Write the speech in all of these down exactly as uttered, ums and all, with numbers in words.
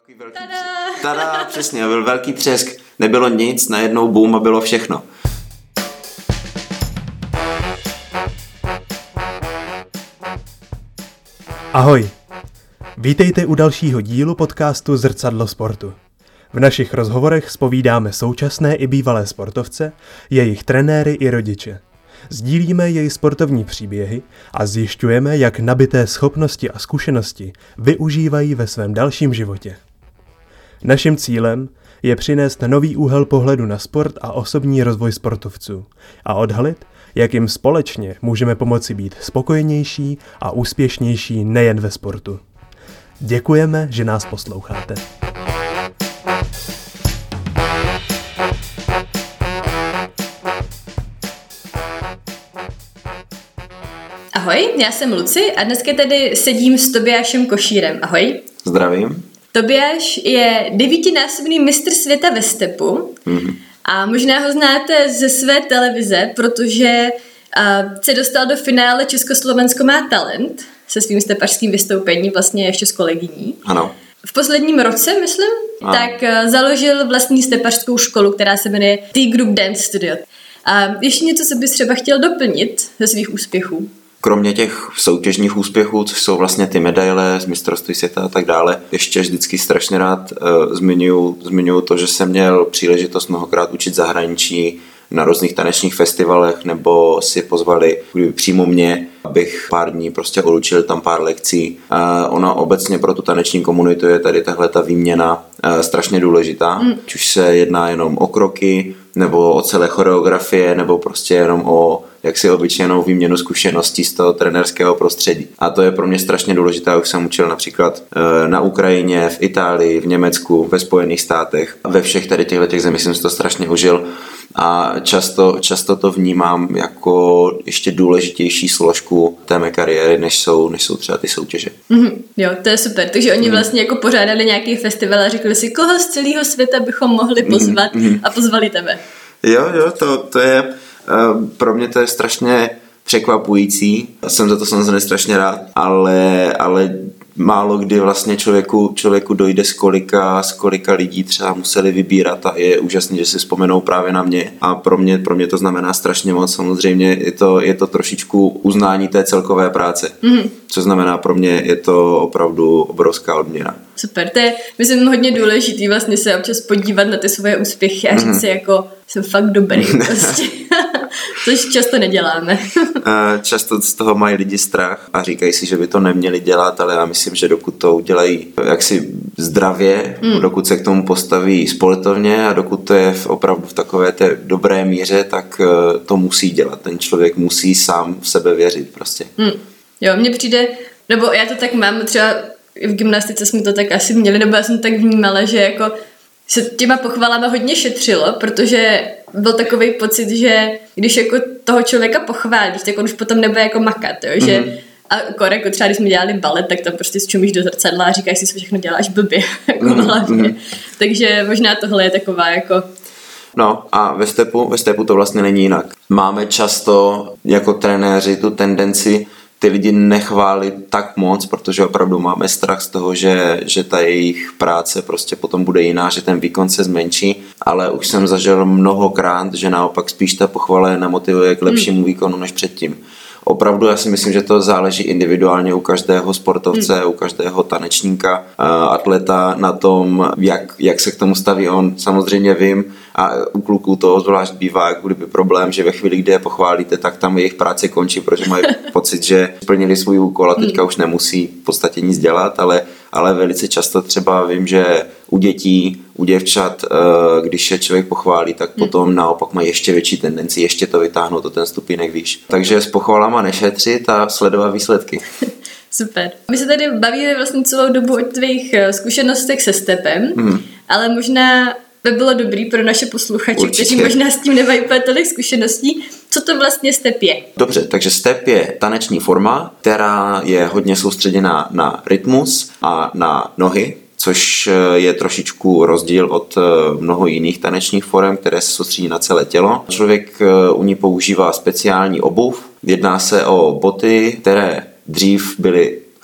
Velký Tada! Tada, přesně, byl velký třesk. Nebylo nic, najednou boom a bylo všechno. Ahoj, vítejte u dalšího dílu podcastu Zrcadlo sportu. V našich rozhovorech zpovídáme současné i bývalé sportovce, jejich trenéry i rodiče. Sdílíme jejich sportovní příběhy a zjišťujeme, jak nabité schopnosti a zkušenosti využívají ve svém dalším životě. Naším cílem je přinést nový úhel pohledu na sport a osobní rozvoj sportovců a odhalit, jak jim společně můžeme pomoci být spokojenější a úspěšnější nejen ve sportu. Děkujeme, že nás posloucháte. Ahoj, já jsem Luci a dneska tady sedím s Tobiášem Košírem. Ahoj. Zdravím. Tobiáš je devítinásobný mistr světa ve stepu mm-hmm. a možná ho znáte ze své televize, protože uh, se dostal do finále Československo má talent se svým stepařským vystoupením, vlastně ještě s kolegyní. Ano. V posledním roce, myslím, ano. tak uh, založil vlastní stepařskou školu, která se jmenuje T-Group Dance Studio. A ještě něco, co bys třeba chtěl doplnit ze svých úspěchů? Kromě těch soutěžních úspěchů, což jsou vlastně ty medaile z mistrovství světa a tak dále, ještě vždycky strašně rád uh, zmiňuji, zmiňuji to, že jsem měl příležitost mnohokrát učit zahraničí na různých tanečních festivalech, nebo si pozvali přímo mě, abych pár dní prostě odučil tam pár lekcí. Uh, ona obecně pro tu taneční komunitu je tady tahle ta výměna uh, strašně důležitá. Mm. Už se jedná jenom o kroky, nebo o celé choreografie, nebo prostě jenom o jaksi obyčejnou výměnu zkušeností z toho trenérského prostředí. A to je pro mě strašně důležité. Já už jsem učil například e, na Ukrajině, v Itálii, v Německu, ve Spojených státech. Ve všech tady těchto těch zemích jsem si to strašně užil. A často, často to vnímám jako ještě důležitější složku té mé kariéry, než jsou, než jsou třeba ty soutěže. Mm-hmm. Jo, to je super. Takže oni vlastně jako pořádali nějaký festival a řekli si, koho z celého světa bychom mohli pozvat mm-hmm. a pozvali tebe. Jo, jo, to, to je, uh, pro mě to je strašně překvapující. Jsem za to samozřejmě strašně rád, ale, ale málo kdy vlastně člověku, člověku dojde z kolika, z kolika lidí třeba museli vybírat a je úžasný, že si vzpomenou právě na mě a pro mě, pro mě to znamená strašně moc. Samozřejmě je to, je to trošičku uznání té celkové práce, mm-hmm. co znamená pro mě je to opravdu obrovská odměna. Super, to je myslím hodně důležitý vlastně se občas podívat na ty svoje úspěchy a říct mm-hmm. si jako jsem fakt dobrý prostě. Což často neděláme. Často z toho mají lidi strach a říkají si, že by to neměli dělat, ale já myslím, že dokud to udělají jaksi zdravě, mm. dokud se k tomu postaví sportovně a dokud to je v opravdu v takové té dobré míře, tak to musí dělat. Ten člověk musí sám v sebe věřit prostě. Mm. Jo, mně přijde, nebo já to tak mám, třeba v gymnastice jsme to tak asi měli, nebo já jsem tak vnímala, že jako se těma pochvalama hodně šetřilo, protože byl takový pocit, že když jako toho člověka pochválíš, tak on už potom nebude jako makat, jo? Že mm-hmm. a jako třeba když jsme dělali balet, tak tam prostě zčumíš do zrcadla a říkáš si, co všechno děláš blbě jako mm-hmm. hlavně. Takže možná tohle je taková jako... No a ve stepu, ve stepu to vlastně není jinak. Máme často jako trenéři tu tendenci ty lidi nechválit tak moc, protože opravdu máme strach z toho, že, že ta jejich práce prostě potom bude jiná, že ten výkon se zmenší, ale už jsem zažil mnohokrát, že naopak spíš ta pochvala je namotivuje k lepšímu výkonu než předtím. Opravdu já si myslím, že to záleží individuálně u každého sportovce, hmm. u každého tanečníka, atleta na tom, jak, jak se k tomu staví on. Samozřejmě vím a u kluků to zvlášť bývá, kdyby problém, že ve chvíli, kdy je pochválíte, tak tam jejich práce končí, protože mají pocit, že splnili svůj úkol a teďka už nemusí v podstatě nic dělat, ale, ale velice často třeba vím, že u dětí, u děvčat, když je člověk pochválí, tak potom naopak má ještě větší tendenci, ještě to vytáhnout o ten stupínek výš. Takže s pochvalama nešetřit a sledovat výsledky. Super. My se tady bavíme vlastně celou dobu o tvých zkušenostech se stepem, hmm. ale možná by bylo dobrý pro naše posluchače, určitě, kteří možná s tím nemají úplně tolik zkušeností. Co to vlastně step je? Dobře, takže step je taneční forma, která je hodně soustředěná na rytmus a na nohy, což je trošičku rozdíl od mnoho jiných tanečních forem, které se soustředí na celé tělo. Člověk u ní používá speciální obuv. Jedná se o boty, které dřív byly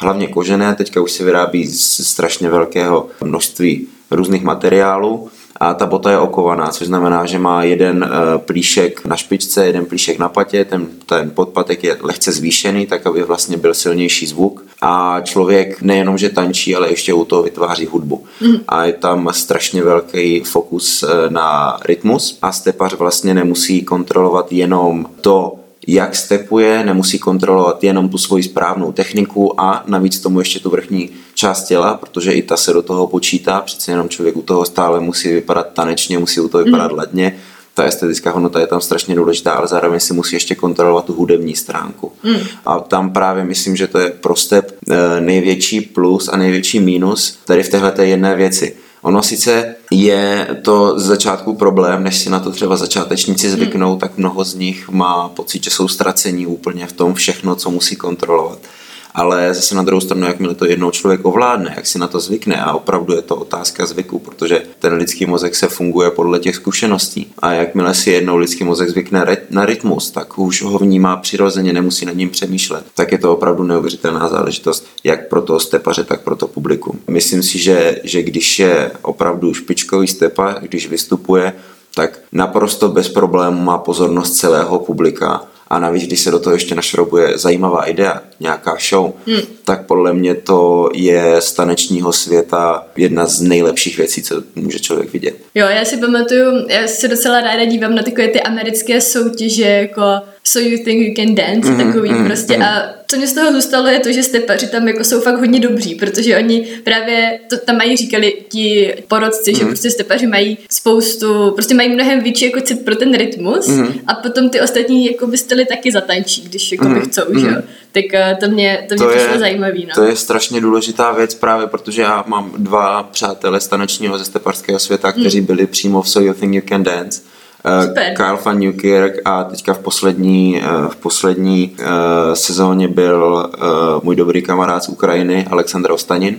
hlavně kožené, teďka už se vyrábí z strašně velkého množství různých materiálů. A ta bota je okovaná, což znamená, že má jeden plíšek na špičce, jeden plíšek na patě, ten, ten podpatek je lehce zvýšený, tak aby vlastně byl silnější zvuk. A člověk nejenom, že tančí, ale ještě u toho vytváří hudbu. Mm. A je tam strašně velký fokus na rytmus a stepař vlastně nemusí kontrolovat jenom to, jak stepuje, nemusí kontrolovat jenom tu svoji správnou techniku a navíc tomu ještě tu vrchní část těla, protože i ta se do toho počítá, přece jenom člověk u toho stále musí vypadat tanečně, musí u toho vypadat mm. ladně, ta estetická hodnota je tam strašně důležitá, ale zároveň si musí ještě kontrolovat tu hudební stránku. Mm. A tam právě myslím, že to je pro step největší plus a největší mínus tady v téhleté jedné věci. Ono sice je to z začátku problém, než si na to třeba začátečníci zvyknou, tak mnoho z nich má pocit, že jsou ztracení úplně v tom všechno, co musí kontrolovat. Ale zase na druhou stranu, jakmile to jednou člověk ovládne, jak si na to zvykne, a opravdu je to otázka zvyku, protože ten lidský mozek se funguje podle těch zkušeností. A jakmile si jednou lidský mozek zvykne na rytmus, tak už ho vnímá přirozeně, nemusí nad ním přemýšlet. Tak je to opravdu neuvěřitelná záležitost, jak pro toho stepaře, tak pro to publikum. Myslím si, že, že když je opravdu špičkový stepař, když vystupuje, tak naprosto bez problémů má pozornost celého publika. A navíc, když se do toho ještě našroubuje zajímavá idea, nějaká show, hmm. tak podle mě to je z tanečního světa jedna z nejlepších věcí, co může člověk vidět. Jo, já si pamatuju, já se docela ráda dívám na takové ty americké soutěže, jako So You Think You Can Dance, mm, takový mm, prostě. Mm. A co mě z toho zůstalo je to, že stepaři tam jako jsou fakt hodně dobří, protože oni právě, to tam mají říkali ti porodci, mm. že prostě stepaři mají spoustu, prostě mají mnohem větší jako cit pro ten rytmus mm. a potom ty ostatní jako by styly taky zatančí, když jako mm. by chcou, mm. že jo. Tak to mě, to mě to přišlo zajímavý. No. To je strašně důležitá věc právě, protože já mám dva přátelé z tanečního ze stepařského světa, kteří mm. byli přímo v So You Think You Can Dance. Super. Kyle van Newkirk a teďka v poslední, v poslední uh, sezóně byl uh, můj dobrý kamarád z Ukrajiny Alexandr Ostanin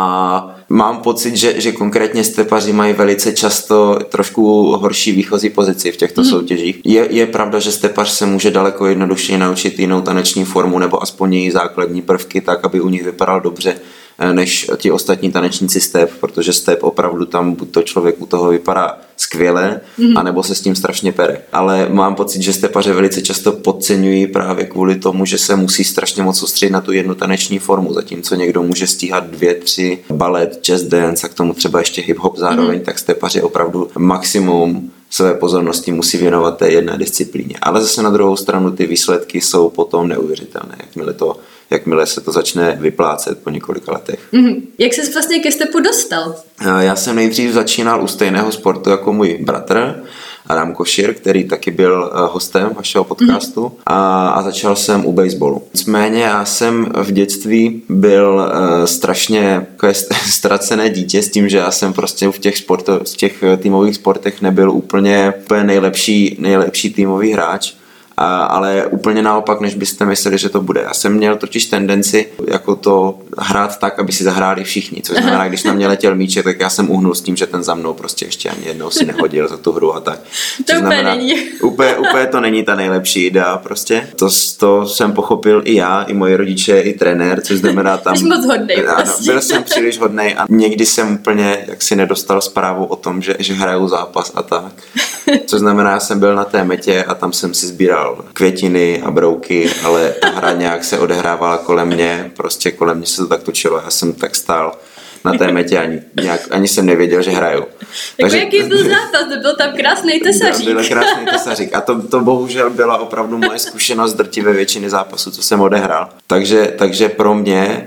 a mám pocit, že, že konkrétně stepaři mají velice často trošku horší výchozí pozici v těchto mm. soutěžích. Je, je pravda, že stepař se může daleko jednodušeji naučit jinou taneční formu nebo aspoň její základní prvky tak, aby u nich vypadal dobře než ti ostatní tanečníci step, protože step opravdu tam buď to člověk u toho vypadá skvěle, mm. anebo se s tím strašně pere. Ale mám pocit, že stepaře velice často podceňují právě kvůli tomu, že se musí strašně moc soustředit na tu jednu taneční formu, zatímco někdo může stíhat dvě, tři balet, jazz dance a k tomu třeba ještě hip-hop zároveň, mm. tak stepaři opravdu maximum své pozornosti musí věnovat té jedné disciplíně. Ale zase na druhou stranu ty výsledky jsou potom neuvěřitelné, jakmile to jakmile se to začne vyplácet po několika letech. Mm-hmm. Jak jsi vlastně ke stepu dostal? Já jsem nejdřív začínal u stejného sportu jako můj bratr Adam Košír, který taky byl hostem vašeho podcastu mm-hmm. a, a začal jsem u baseballu. Nicméně já jsem v dětství byl uh, strašně ztracené dítě s tím, že já jsem prostě v těch, sporto, v těch týmových sportech nebyl úplně, úplně nejlepší, nejlepší týmový hráč. A, ale úplně naopak, než byste mysleli, že to bude. Já jsem měl totiž tendenci jako to hrát tak, aby si zahráli všichni, což znamená, když na mě letěl míček, tak já jsem uhnul s tím, že ten za mnou prostě ještě ani jednou si nehodil za tu hru a tak. To úplně není. Úplně, úplně to není ta nejlepší idea prostě. To, to jsem pochopil i já, i moji rodiče, i trenér, což znamená tam... Jsi moc hodnej prostě. Byl jsem příliš hodnej a někdy jsem úplně jaksi nedostal zprávu o tom, že, že hraju zápas a tak. Což znamená, já jsem byl na té metě a tam jsem si sbíral květiny a brouky, ale ta hra nějak se odehrávala kolem mě, prostě kolem mě se to tak točilo, já jsem tak stál na té metě, ani, nějak, ani jsem nevěděl, že hraju. Takže, jaký byl zápas, to byl tam krásný tesařík. Byl krásný tesařík a to, to bohužel byla opravdu moje zkušenost drtivé většiny zápasů, co jsem odehrál. Takže, takže pro mě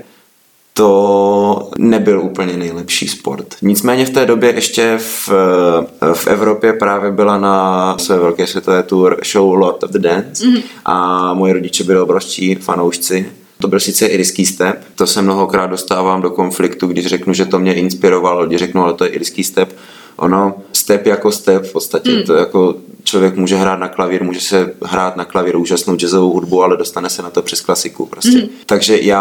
to nebyl úplně nejlepší sport. Nicméně v té době ještě v, v Evropě právě byla na své velké světové tour show Lord of the Dance mm-hmm. a moji rodiče byli obrovští fanoušci. To byl sice irský step, to se mnohokrát dostávám do konfliktu, když řeknu, že to mě inspirovalo, když řeknu, ale to je irský step. Ono, step jako step v podstatě, mm. to jako člověk může hrát na klavír, může se hrát na klavír úžasnou jazzovou hudbu, ale dostane se na to přes klasiku prostě. Mm. Takže já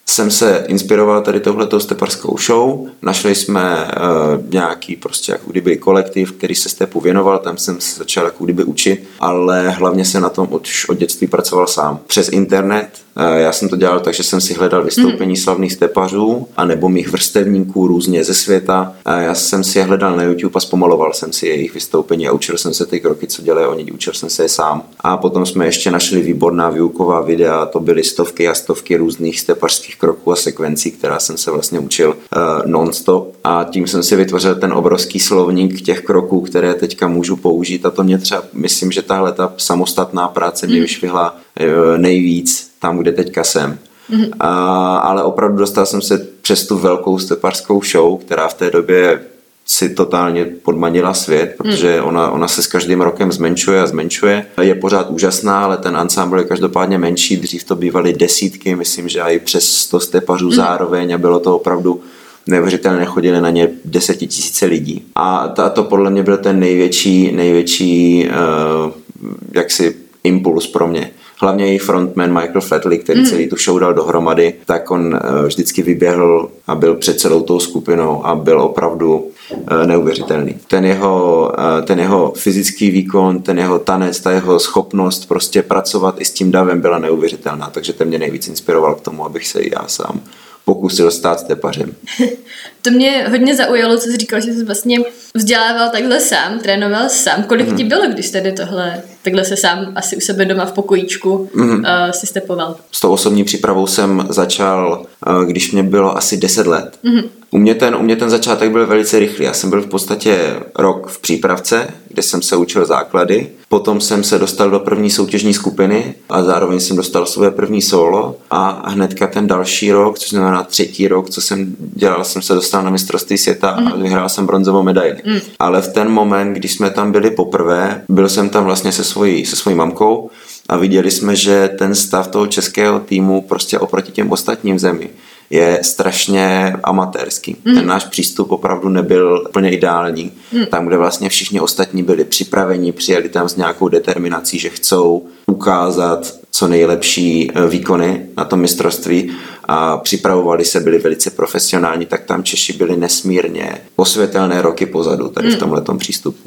jsem se inspiroval tady touhletou steparskou show, našli jsme uh, nějaký prostě jako kdyby kolektiv, který se stepu věnoval, tam jsem se začal jako kdyby učit, ale hlavně jsem na tom už od dětství pracoval sám. Přes internet, uh, já jsem to dělal tak, že jsem si hledal vystoupení mm. slavných stepařů, anebo mých vrstevníků různě ze světa. Uh, já jsem si je hledal na YouTube a zpomaloval jsem si jejich vystoupení a učil jsem se ty kroky, co dělají oni, učil jsem se je sám. A potom jsme ještě našli výborná výuková videa, to byly stovky a stovky různých stepařských kroků a sekvencí, která jsem se vlastně učil uh, non-stop a tím jsem si vytvořil ten obrovský slovník těch kroků, které teďka můžu použít a to mě třeba, myslím, že tahle ta samostatná práce mě vyšvihla uh, nejvíc tam, kde teďka jsem. Mm-hmm. A, ale opravdu dostal jsem se přes tu velkou stepařskou show, která v té době si totálně podmanila svět, protože ona, ona se s každým rokem zmenšuje a zmenšuje. Je pořád úžasná, ale ten ansámbl je každopádně menší. Dřív to bývaly desítky, myslím, že i přes sto stepařů mm. zároveň a bylo to opravdu neuvěřitelné, chodili na ně desetitisíce lidí. A ta, to podle mě byl ten největší, největší uh, jaksi impuls pro mě. Hlavně její frontman Michael Flatley, který mm. celý tu show dal dohromady, tak on uh, vždycky vyběhl a byl před celou tou skupinou a byl opravdu uh, neuvěřitelný. Ten jeho, uh, ten jeho fyzický výkon, ten jeho tanec, ta jeho schopnost prostě pracovat i s tím davem byla neuvěřitelná, takže ten mě nejvíc inspiroval k tomu, abych se i já sám pokusil stát stepařem. To mě hodně zaujalo, co jsi říkal, že jsi vlastně vzdělával takhle sám, trénoval sám. Kolik mm. ti bylo, když tady tohle, takhle se sám asi u sebe doma v pokojíčku mm. uh, si stepoval? S tou osobní přípravou jsem začal, uh, když mě bylo asi deset let. Mm. U mě, ten, u mě ten začátek byl velice rychlý. Já jsem byl v podstatě rok v přípravce, kde jsem se učil základy. Potom jsem se dostal do první soutěžní skupiny a zároveň jsem dostal své první solo a hnedka ten další rok, což znamená třetí rok, co jsem dělal, jsem se dostal na mistrovství světa mm. a vyhrál jsem bronzovou medaili. Mm. Ale v ten moment, když jsme tam byli poprvé, byl jsem tam vlastně se svojí, se svojí mamkou a viděli jsme, že ten stav toho českého týmu prostě oproti těm ostatním zemi je strašně amatérský. Mm. Ten náš přístup opravdu nebyl úplně ideální. Mm. Tam, kde vlastně všichni ostatní byli připraveni, přijeli tam s nějakou determinací, že chcou ukázat co nejlepší výkony na tom mistrovství a připravovali se, byli velice profesionální, tak tam Češi byli nesmírně osvětelné roky pozadu tady mm. v tomhletom přístupu.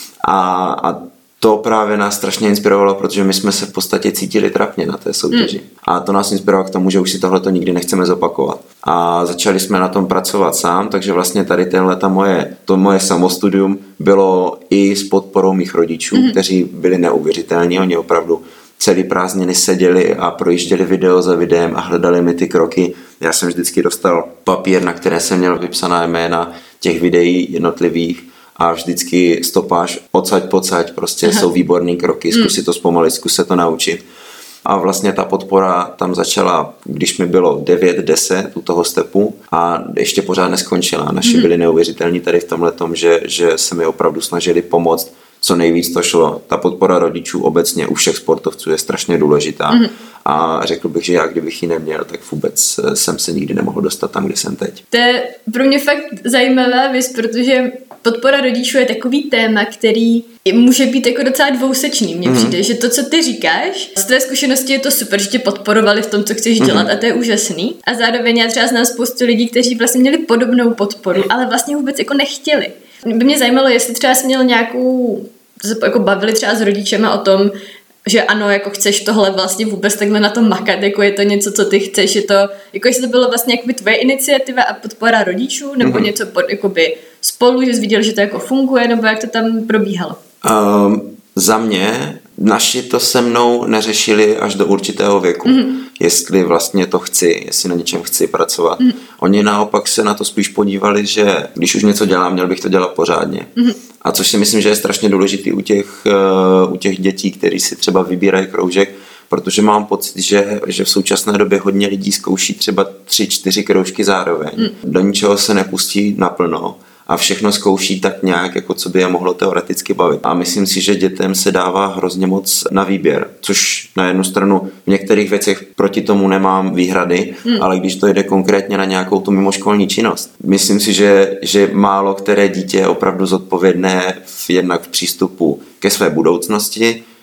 A, a to právě nás strašně inspirovalo, protože my jsme se v podstatě cítili trapně na té soutěži. Mm. A to nás inspirovalo k tomu, že už si tohleto nikdy nechceme zopakovat. A začali jsme na tom pracovat sám, takže vlastně tady tenhleta moje, to moje samostudium bylo i s podporou mých rodičů, mm. kteří byli neuvěřitelní. Oni opravdu celý prázdniny seděli a projížděli video za videem a hledali mi ty kroky. Já jsem vždycky dostal papír, na které jsem měl vypsaná jména těch videí jednotlivých a vždycky stopáž odsaď pocať, prostě Aha. jsou výborný kroky, zkus si to zpomalit, zkus se to naučit. A vlastně ta podpora tam začala, když mi bylo devět deset u toho stepu a ještě pořád neskončila. Naši mm. byli neuvěřitelní tady v tomhletom, že, že se mi opravdu snažili pomoct, co nejvíc to šlo. Ta podpora rodičů obecně u všech sportovců je strašně důležitá mm. a řekl bych, že já kdybych ji neměl, tak vůbec jsem se nikdy nemohl dostat tam, kde jsem teď. To je pro mě fakt zajímavá věc, protože podpora rodičů je takový téma, který může být jako docela dvousečný. Mně mm. přijde, že to, co ty říkáš, z tvé zkušenosti je to super, že tě podporovali v tom, co chceš dělat mm. a to je úžasný. A zároveň já třeba znám spoustu lidí, kteří vlastně měli podobnou podporu, ale vlastně vůbec jako nechtěli. By mě zajímalo, jestli třeba jsi měl nějakou, jako bavili třeba s rodičema o tom, že ano, jako chceš tohle vlastně vůbec takhle na tom makat, jako je to něco, co ty chceš, je to, jako jestli to bylo vlastně jakoby tvoje iniciativa a podpora rodičů, nebo mm-hmm. něco pod, jakoby spolu, že jsi viděl, že to jako funguje, nebo jak to tam probíhalo? Um, za mě naši to se mnou neřešili až do určitého věku, mm-hmm. jestli vlastně to chci, jestli na něčem chci pracovat. Mm-hmm. Oni naopak se na to spíš podívali, že když už něco dělám, měl bych to dělat pořádně. Mm-hmm. A což si myslím, že je strašně důležitý u těch, uh, u těch dětí, kteří si třeba vybírají kroužek, protože mám pocit, že, že v současné době hodně lidí zkouší třeba tři, čtyři kroužky zároveň. Mm. Do ničeho se nepustí naplno a všechno zkouší tak nějak, jako co by je mohlo teoreticky bavit. A myslím si, že dětem se dává hrozně moc na výběr, což na jednu stranu v některých věcech proti tomu nemám výhrady, hmm. ale když to jde konkrétně na nějakou tu mimoškolní činnost. Myslím si, že, že málo které dítě je opravdu zodpovědné v, jednak v přístupu ke své budoucnosti,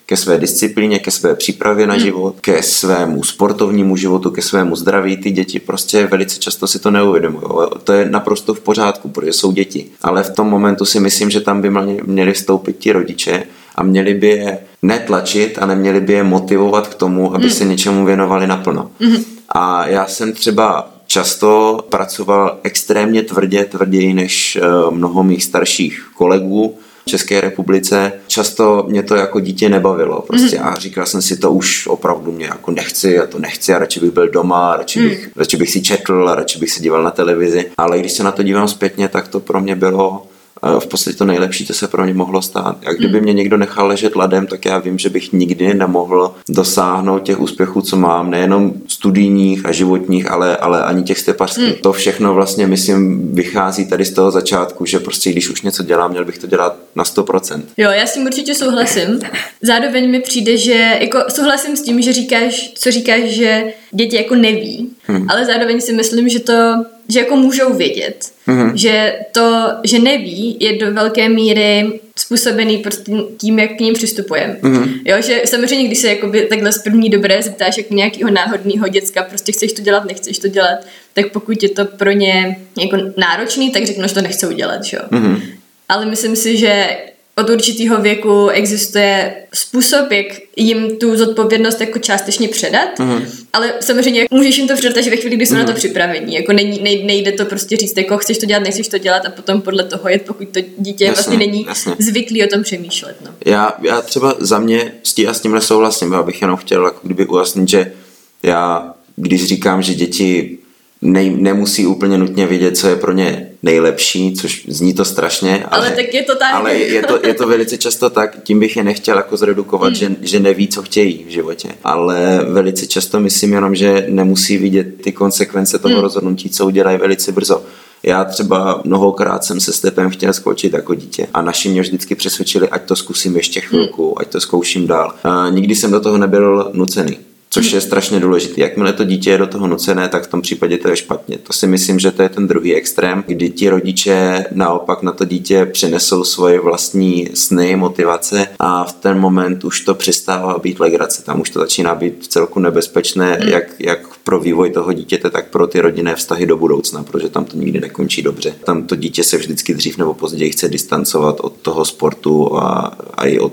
ke své disciplíně, ke své přípravě na život, ke svému sportovnímu životu, ke svému zdraví. Ty děti prostě velice často si to neuvědomují. To je naprosto v pořádku, protože jsou děti. Ale v tom momentu si myslím, že tam by měli vstoupit ti rodiče a měli by je netlačit a neměli by je motivovat k tomu, aby se něčemu věnovali naplno. A já jsem třeba často pracoval extrémně tvrdě, tvrději než mnoho mých starších kolegů v České republice. Často mě to jako dítě nebavilo prostě a říkal jsem si, to už opravdu mě jako nechci, já to nechci a radši bych byl doma, radši bych, radši bych si četl a radši bych se díval na televizi. Ale když se na to dívám zpětně, tak to pro mě bylo v podstatě to nejlepší, co se pro mě mohlo stát. A kdyby mě někdo nechal ležet ladem, tak já vím, že bych nikdy nemohl dosáhnout těch úspěchů, co mám, nejenom studijních a životních, ale, ale ani těch stepařských. Mm. To všechno vlastně, myslím, vychází tady z toho začátku, že prostě když už něco dělám, měl bych to dělat na sto procent. Jo, já s tím určitě souhlasím. Zároveň mi přijde, že jako souhlasím s tím, že říkáš, co říkáš, že děti jako neví, hmm. ale zároveň si myslím, že to, že jako můžou vědět, hmm. že to, že neví, je do velké míry způsobený prostě tím, jak k ním přistupujeme. Hmm. Jo, že samozřejmě, když se jakoby takhle z první dobré zeptáš jako nějakého náhodného děcka, prostě chceš to dělat, nechceš to dělat, tak pokud je to pro ně jako náročný, tak řeknu, že to nechce udělat, jo. Hmm. Ale myslím si, že od určitého věku existuje způsob, jak jim tu zodpovědnost jako částečně předat, mm. ale samozřejmě můžeš jim to předat až ve chvíli, kdy jsou mm. na to připravení. Jako nej, nej, nejde to prostě říct, jako chceš to dělat, nechceš to dělat a potom podle toho jet, pokud to dítě jasně, vlastně není jasně. zvyklý o tom přemýšlet. No. Já, já třeba za mě s tím a s tímhle souhlasím, já bych jenom chtěl jako kdyby ujasnit, že já, když říkám, že děti Ne, nemusí úplně nutně vědět, co je pro ně nejlepší, což zní to strašně, ale, ale tak je to tak. Ale je to, je to velice často tak, tím bych je nechtěl jako zredukovat, mm. že, že neví, co chtějí v životě. Ale velice často myslím jenom, že nemusí vidět ty konsekvence toho mm. rozhodnutí, co udělají velice brzo. Já třeba mnohokrát jsem se stepem chtěl skočit jako dítě a naši mě vždycky přesvědčili, ať to zkusím ještě chvilku, mm. ať to zkouším dál. A nikdy jsem do toho nebyl nucený. Což je strašně důležité. Jakmile to dítě je do toho nucené, tak v tom případě to je špatně. To si myslím, že to je ten druhý extrém, kdy ti rodiče naopak na to dítě přinesou svoje vlastní sny, motivace a v ten moment už to přestává být legrace. Tam už to začíná být v celku nebezpečné, mm. jak, jak pro vývoj toho dítěte, tak pro ty rodinné vztahy do budoucna, protože tam to nikdy nekončí dobře. Tam to dítě se vždycky dřív nebo později chce distancovat od toho sportu a, a i od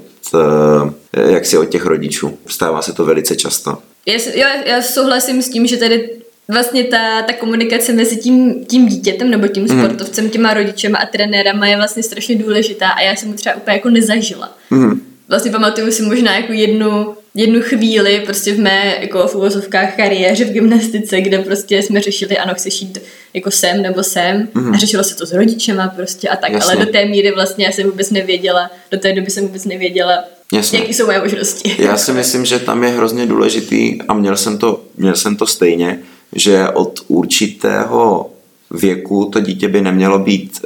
jak si od těch rodičů. Stává se to velice často. Já, jo, já souhlasím s tím, že tady vlastně ta, ta komunikace mezi tím, tím dítětem nebo tím mm. sportovcem, těma rodičema a trenérama je vlastně strašně důležitá a já jsem to třeba úplně jako nezažila. Mm. Vlastně pamatuju si možná jako jednu, jednu chvíli prostě v mé jako v uvozovkách kariéře v gymnastice, kde prostě jsme řešili, ano, chceš jít jako sem nebo sem mm. a řešilo se to s rodičema prostě a tak, jasně. Ale do té míry vlastně já jsem vůbec nevěděla, do té doby jsem vůbec nevěděla, jasně. jaký jsou moje možnosti. Já si myslím, že tam je hrozně důležitý a měl jsem to, měl jsem to stejně, že od určitého věku to dítě by nemělo být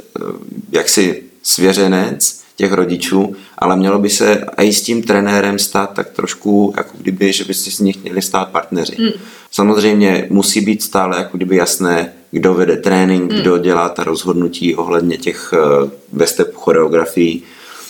jaksi svěřenec těch rodičů, ale mělo by se i s tím trenérem stát tak trošku, jako kdyby, že by si z nich měli stát partneři. Mm. Samozřejmě musí být stále jako kdyby jasné, kdo vede trénink, mm. kdo dělá ta rozhodnutí ohledně těch ve stepu choreografií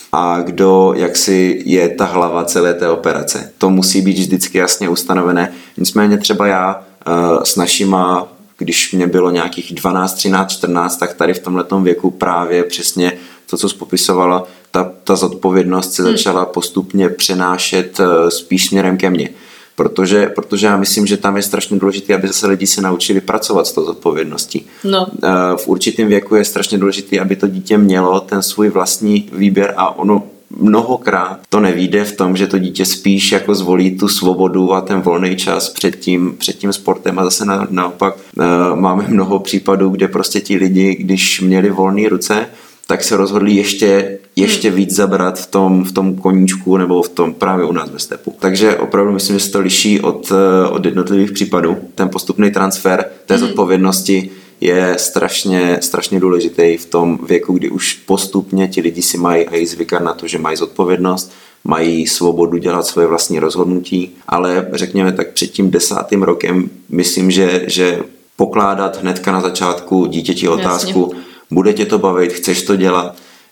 a kdo jaksi je ta hlava celé té operace. To musí být vždycky jasně ustanovené. Nicméně třeba já uh, s našima, když mě bylo nějakých dvanáct, třináct, čtrnáct, tak tady v tomhletom věku právě přesně to, co jsi popisovala, ta, ta zodpovědnost se začala postupně přenášet uh, spíš směrem ke mně. Protože, protože já myslím, že tam je strašně důležité, aby zase lidi se naučili pracovat s tou zodpovědností. No. V určitém věku je strašně důležité, aby to dítě mělo ten svůj vlastní výběr a ono mnohokrát to nevyjde v tom, že to dítě spíš jako zvolí tu svobodu a ten volný čas před tím, před tím sportem a zase na, naopak máme mnoho případů, kde prostě ti lidi, když měli volné ruce, tak se rozhodli ještě, ještě víc zabrat v tom, v tom koníčku nebo v tom právě u nás ve stepu. Takže opravdu myslím, že se to liší od, od jednotlivých případů. Ten postupný transfer té zodpovědnosti je strašně, strašně důležitý v tom věku, kdy už postupně ti lidi si mají i zvykat na to, že mají zodpovědnost, mají svobodu dělat svoje vlastní rozhodnutí, ale řekněme tak před tím desátým rokem myslím, že, že pokládat hnedka na začátku dítěti otázku, jasně. Bude tě to bavit, chceš to dělat,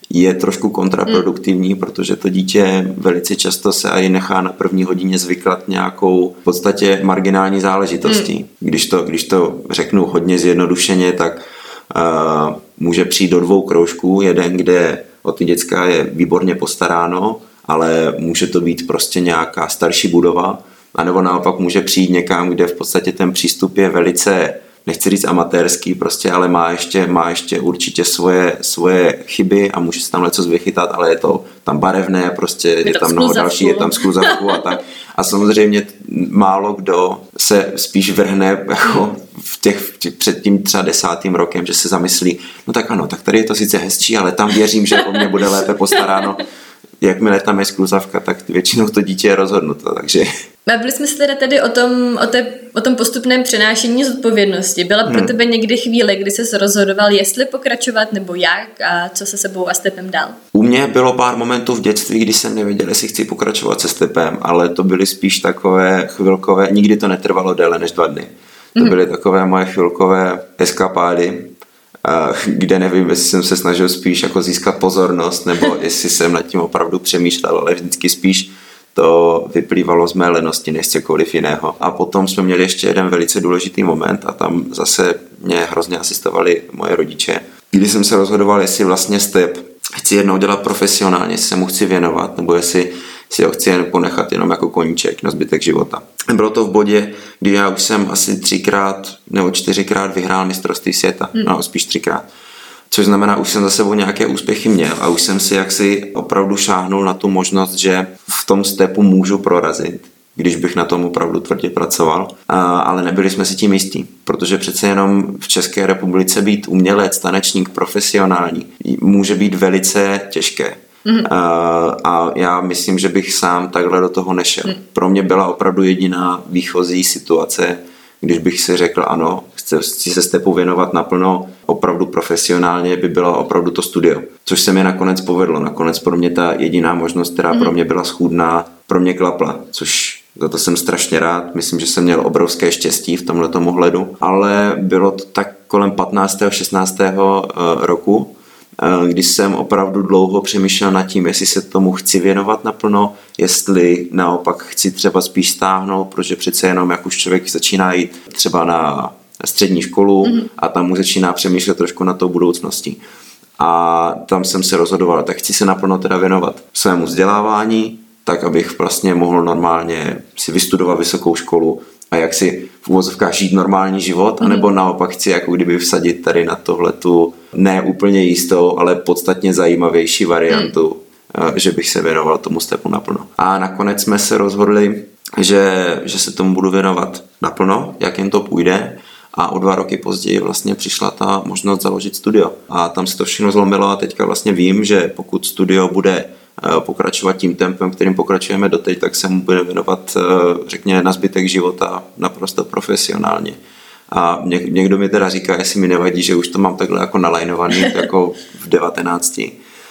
je trošku kontraproduktivní, mm. protože to dítě velice často se i nechá na první hodině zvyklat nějakou v podstatě marginální záležitostí. Mm. Když to, když to řeknu hodně zjednodušeně, tak uh, může přijít do dvou kroužků, jeden, kde o ty děcka je výborně postaráno, ale může to být prostě nějaká starší budova, anebo naopak může přijít někam, kde v podstatě ten přístup je velice, nechci říct amatérský, prostě, ale má ještě, má ještě určitě svoje, svoje chyby a může se tam leco vychytat, ale je to tam barevné, prostě je, je tam mnoho další, je tam skluzavku a tak. A samozřejmě málo kdo se spíš vrhne jako v těch, v těch před tím třeba desátým rokem, že se zamyslí, no tak ano, tak tady je to sice hezčí, ale tam věřím, že o mě bude lépe postaráno. Jakmile tam je skluzavka, tak většinou to dítě je rozhodnuto, takže... Bavili jsme se teda tady o tom, o, té, o tom postupném přenášení zodpovědnosti. Byla pro hmm. tebe někdy chvíle, kdy ses rozhodoval, jestli pokračovat nebo jak a co se sebou a stepem dál? U mě bylo pár momentů v dětství, kdy jsem nevěděl, jestli chci pokračovat se stepem, ale to byly spíš takové chvilkové, nikdy to netrvalo déle než dva dny. To hmm. byly takové moje chvilkové eskapády, kde nevím, jestli jsem se snažil spíš jako získat pozornost, nebo jestli jsem nad tím opravdu přemýšlel, ale vždycky spíš to vyplývalo z mé lenosti než cokoliv jiného. A potom jsme měli ještě jeden velice důležitý moment a tam zase mě hrozně asistovali moje rodiče, kdy jsem se rozhodoval, jestli vlastně step chci jednou dělat profesionálně, jestli se mu chci věnovat, nebo jestli si ho chci jen ponechat jenom jako koníček na zbytek života. Bylo to v bodě, kdy já už jsem asi třikrát nebo čtyřikrát vyhrál mistrovství světa, hmm. no spíš třikrát. Což znamená, už jsem za sebou nějaké úspěchy měl a už jsem si jaksi opravdu šáhnul na tu možnost, že v tom stepu můžu prorazit, když bych na tom opravdu tvrdě pracoval, a, ale nebyli jsme si tím jistí, protože přece jenom v České republice být umělec, tanečník, profesionální může být velice těžké. Mm. A, a já myslím, že bych sám takhle do toho nešel. Mm. Pro mě byla opravdu jediná výchozí situace, když bych si řekl ano, chci, chci se stepu věnovat naplno, opravdu profesionálně, by bylo opravdu to studio. Což se mi nakonec povedlo. Nakonec pro mě ta jediná možnost, která mm. pro mě byla schůdná, pro mě klapla, což za to jsem strašně rád. Myslím, že jsem měl obrovské štěstí v tomhletom ohledu, ale bylo to tak kolem patnáctého šestnáctého roku, když jsem opravdu dlouho přemýšlel nad tím, jestli se tomu chci věnovat naplno, jestli naopak chci třeba spíš stáhnout, protože přece jenom jak už člověk začíná jít třeba na střední školu mm-hmm. a tam mu začíná přemýšlet trošku na tou budoucností. A tam jsem se rozhodoval, tak chci se naplno teda věnovat svému vzdělávání, tak abych vlastně mohl normálně si vystudovat vysokou školu a jak si v uvozovkách žít normální život, anebo naopak chci jako kdyby vsadit tady na tohletu ne úplně jistou, ale podstatně zajímavější variantu, mm. že bych se věnoval tomu stepu naplno. A nakonec jsme se rozhodli, že, že se tomu budu věnovat naplno, jak jen to půjde. A o dva roky později vlastně přišla ta možnost založit studio. A tam se to všechno zlomilo a teďka vlastně vím, že pokud studio bude pokračovat tím tempem, kterým pokračujeme doteď, tak se mu bude věnovat, řekněme, na zbytek života naprosto profesionálně. A někdo mi teda říká, jestli mi nevadí, že už to mám takhle jako nalajnovaný, jako v devatenácti.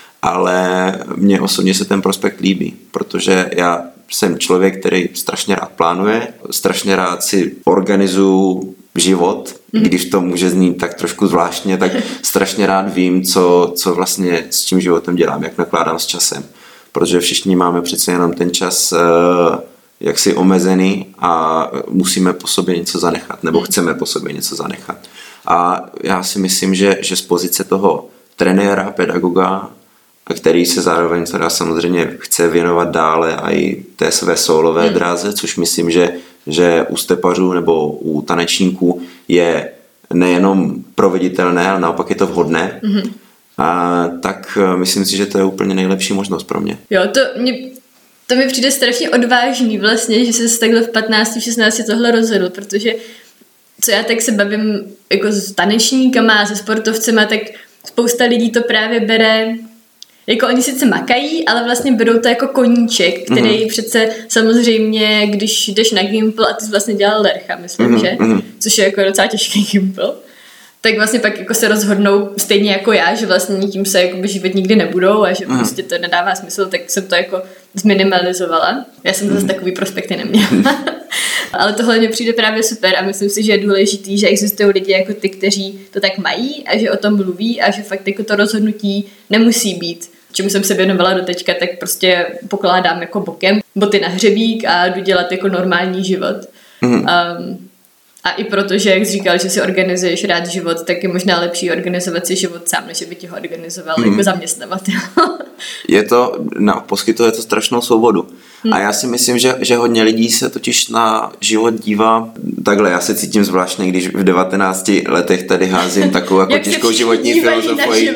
Ale mně osobně se ten prospekt líbí, protože já jsem člověk, který strašně rád plánuje, strašně rád si organizuju život, mm. když to může znít tak trošku zvláštně, tak strašně rád vím, co, co vlastně s tím životem dělám, jak nakládám s časem. Protože všichni máme přece jenom ten čas uh, jaksi omezený a musíme po sobě něco zanechat, nebo chceme po sobě něco zanechat. A já si myslím, že, že z pozice toho trenéra, pedagoga, který se zároveň teda samozřejmě chce věnovat dále a i té své solové mm. dráze, což myslím, že že u stepařů nebo u tanečníků je nejenom proveditelné, ale naopak je to vhodné, mm-hmm. a tak myslím si, že to je úplně nejlepší možnost pro mě. Jo, to, mě, to mi přijde strašně odvážný vlastně, že jsi takhle v patnácti šestnácti tohle rozhodl, protože co já tak se bavím jako s tanečníkama, se sportovcema, tak spousta lidí to právě bere. Jako oni sice makají, ale vlastně berou to jako koníček, který mm-hmm. přece samozřejmě, když jdeš na Gimpl a ty jsi vlastně dělal lercha, myslím, mm-hmm. že? Mm-hmm. Což je jako docela těžký Gimpl. Tak vlastně pak jako se rozhodnou stejně jako já, že vlastně tím se jako živit nikdy nebudou a že mm-hmm. prostě to nedává smysl, tak jsem to jako zminimalizovala. Já jsem zase mm-hmm. takový prospekty neměla. Ale tohle mi přijde právě super a myslím si, že je důležitý, že existují lidi jako ty, kteří to tak mají a že o tom mluví a že fakt jako to rozhodnutí nemusí být. Čemu jsem se věnovala do teďka, tak prostě pokládám jako bokem boty na hřebík a jdu dělat jako normální život. Mm. Um, a i protože, jak jsi říkal, že si organizuješ rád život, tak je možná lepší organizovat si život sám, než by ti ho organizoval mm. jako zaměstnavatel. Je to, no, poskytuje to strašnou svobodu. Mm. A já si myslím, že, že hodně lidí se totiž na život dívá takhle. Já se cítím zvláštně, když v devatenácti letech tady házím takovou jako těžkou životní filozofii.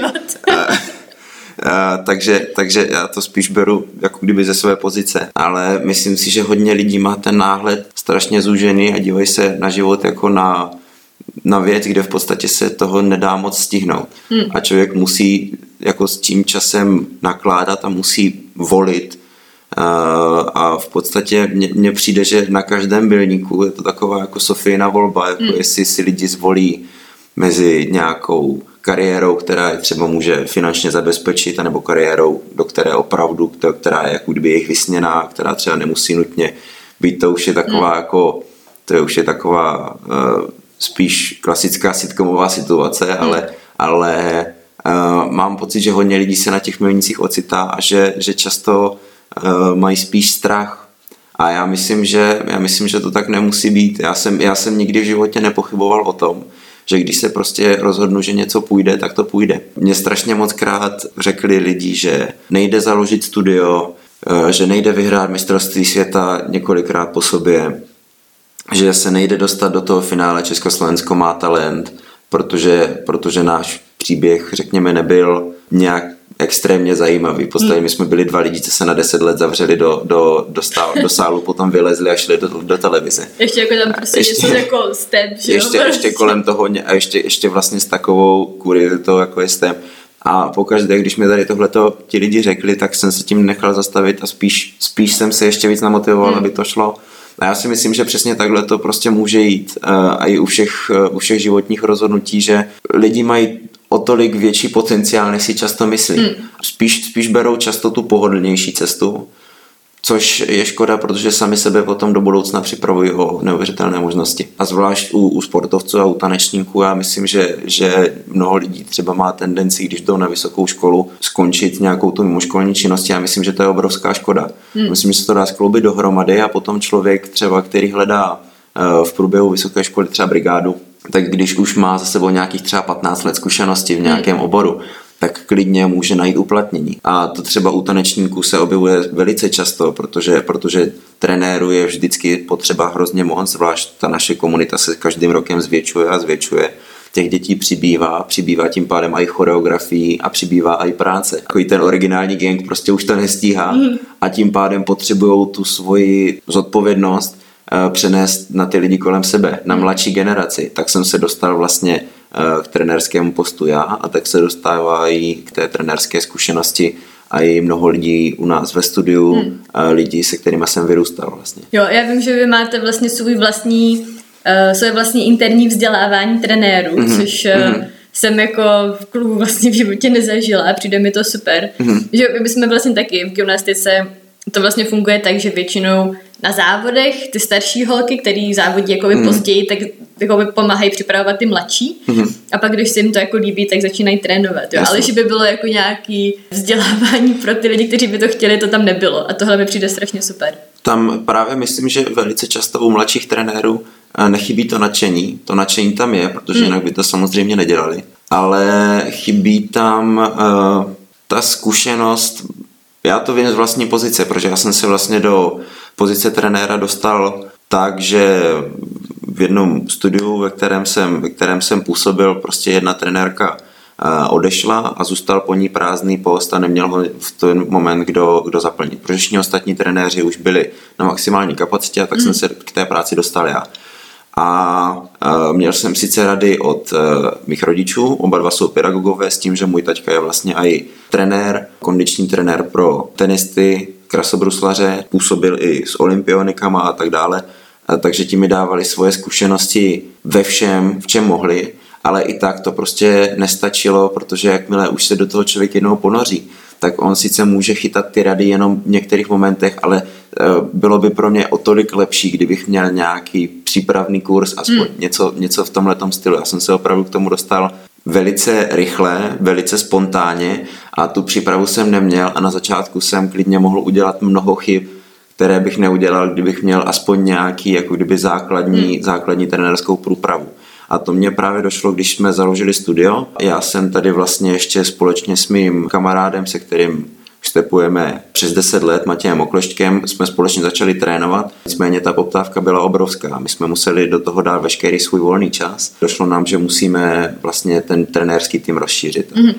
Uh, takže, takže já to spíš beru jako kdyby ze své pozice, ale myslím si, že hodně lidí má ten náhled strašně zúžený a dívají se na život jako na, na věc, kde v podstatě se toho nedá moc stihnout. Hmm. A člověk musí jako s tím časem nakládat a musí volit. Uh, a v podstatě mně přijde, že na každém milníku je to taková jako Sofijina volba, jako hmm. jestli si lidi zvolí mezi nějakou kariérou, která je třeba může finančně zabezpečit, anebo kariérou, do které opravdu, která je jako kdyby jejich vysněná, která třeba nemusí nutně být, to už je taková mm. jako, to je už je taková uh, spíš klasická sitcomová situace, mm. ale, ale uh, mám pocit, že hodně lidí se na těch milnících ocitá a že, že často uh, mají spíš strach. A já myslím, že, já myslím, že to tak nemusí být. Já jsem, já jsem nikdy v životě nepochyboval o tom, že když se prostě rozhodnu, že něco půjde, tak to půjde. Mně strašně moc krát řekli lidi, že nejde založit studio, že nejde vyhrát mistrovství světa několikrát po sobě, že se nejde dostat do toho finále Československo má talent, protože, protože náš příběh, řekněme, nebyl nějak extrémně zajímavý. V podstatě my jsme byli dva lidi, co se na deset let zavřeli do, do, do, stál, do sálu, potom vylezli a šli do, do televize. Ještě jako tam prostě ještě, něco jako step, že ještě, jo? Ještě kolem toho a ještě, ještě vlastně s takovou kuriositou, jako je step. A pokaždé, když mi tady tohleto ti lidi řekli, tak jsem se tím nechal zastavit a spíš, spíš jsem se ještě víc namotivoval, hmm. aby to šlo. A já si myslím, že přesně takhle to prostě může jít. A i u všech, u všech životních rozhodnutí, že lidi mají o tolik větší potenciál, než si často myslí. Hmm. Spíš, spíš berou často tu pohodlnější cestu, což je škoda, protože sami sebe potom do budoucna připravují o neuvěřitelné možnosti. A zvlášť u, u sportovců a u tanečníků, já myslím, že, že mnoho lidí třeba má tendenci, když jdou na vysokou školu, skončit nějakou tu mimoškolní činností. Já myslím, že to je obrovská škoda. Hmm. Myslím, že se to dá skloubit dohromady a potom člověk třeba, který hledá uh, v průběhu vysoké školy třeba brigádu, tak když už má za sebou nějakých třeba patnáct let zkušenosti v nějakém hmm. oboru, tak klidně může najít uplatnění. A to třeba u tanečníků se objevuje velice často, protože, protože trenéru je vždycky potřeba hrozně moc, zvlášť ta naše komunita se každým rokem zvětšuje a zvětšuje. Těch dětí přibývá, přibývá tím pádem i choreografií a přibývá i práce. Takový ten originální gang prostě už to nestíhá hmm. a tím pádem potřebují tu svoji zodpovědnost přenést na ty lidi kolem sebe, na mladší generaci. Tak jsem se dostal vlastně k trenérskému postu já a tak se dostávají k té trenérské zkušenosti a i mnoho lidí u nás ve studiu, hmm. lidí, se kterými jsem vyrůstal vlastně. Jo, já vím, že vy máte vlastně svůj vlastní, uh, své vlastní interní vzdělávání trenérů, hmm. což uh, hmm. jsem jako v klubu vlastně v životě nezažila a přijde mi to super. Hmm. Že my jsme vlastně taky v gymnastice, to vlastně funguje tak, že většinou na závodech ty starší holky, který závodí jakoby mm. později, tak jakoby pomáhají připravovat ty mladší mm. a pak, když se jim to jako líbí, tak začínají trénovat. Jo? Ale že by bylo jako nějaký vzdělávání pro ty lidi, kteří by to chtěli, to tam nebylo a tohle mi přijde strašně super. Tam právě myslím, že velice často u mladších trenérů nechybí to nadšení. To nadšení tam je, protože mm. jinak by to samozřejmě nedělali. Ale chybí tam uh, ta zkušenost. Já to vím z vlastní pozice, protože já jsem se vlastně do pozice trenéra dostal tak, že v jednom studiu, ve kterém jsem, ve kterém jsem působil, prostě jedna trenérka odešla a zůstal po ní prázdný post a neměl ho v ten moment kdo, kdo zaplnit. Protože všichni ostatní trenéři už byli na maximální kapacitě, tak mm. jsem se k té práci dostal já. A uh, měl jsem sice rady od uh, mých rodičů, oba dva jsou pedagogové, s tím, že můj taťka je vlastně i trenér, kondiční trenér pro tenisty, krasobruslaře, působil i s olympionikama a tak dále, a takže ti mi dávali svoje zkušenosti ve všem, v čem mohli, ale i tak to prostě nestačilo, protože jakmile už se do toho člověk jednou ponoří, tak on sice může chytat ty rady jenom v některých momentech, ale bylo by pro mě o tolik lepší, kdybych měl nějaký přípravný kurz, aspoň hmm. něco, něco v tomhletom stylu. Já jsem se opravdu k tomu dostal velice rychle, velice spontánně a tu přípravu jsem neměl a na začátku jsem klidně mohl udělat mnoho chyb, které bych neudělal, kdybych měl aspoň nějaký jako kdyby základní, hmm. základní trenérskou průpravu. A to mě právě došlo, když jsme založili studio. Já jsem tady vlastně ještě společně s mým kamarádem, se kterým stepujeme přes deset let, Matějem Oklešťkem, jsme společně začali trénovat. Nicméně ta poptávka byla obrovská. My jsme museli do toho dát veškerý svůj volný čas. Došlo nám, že musíme vlastně ten trenérský tým rozšířit. Mm-hmm.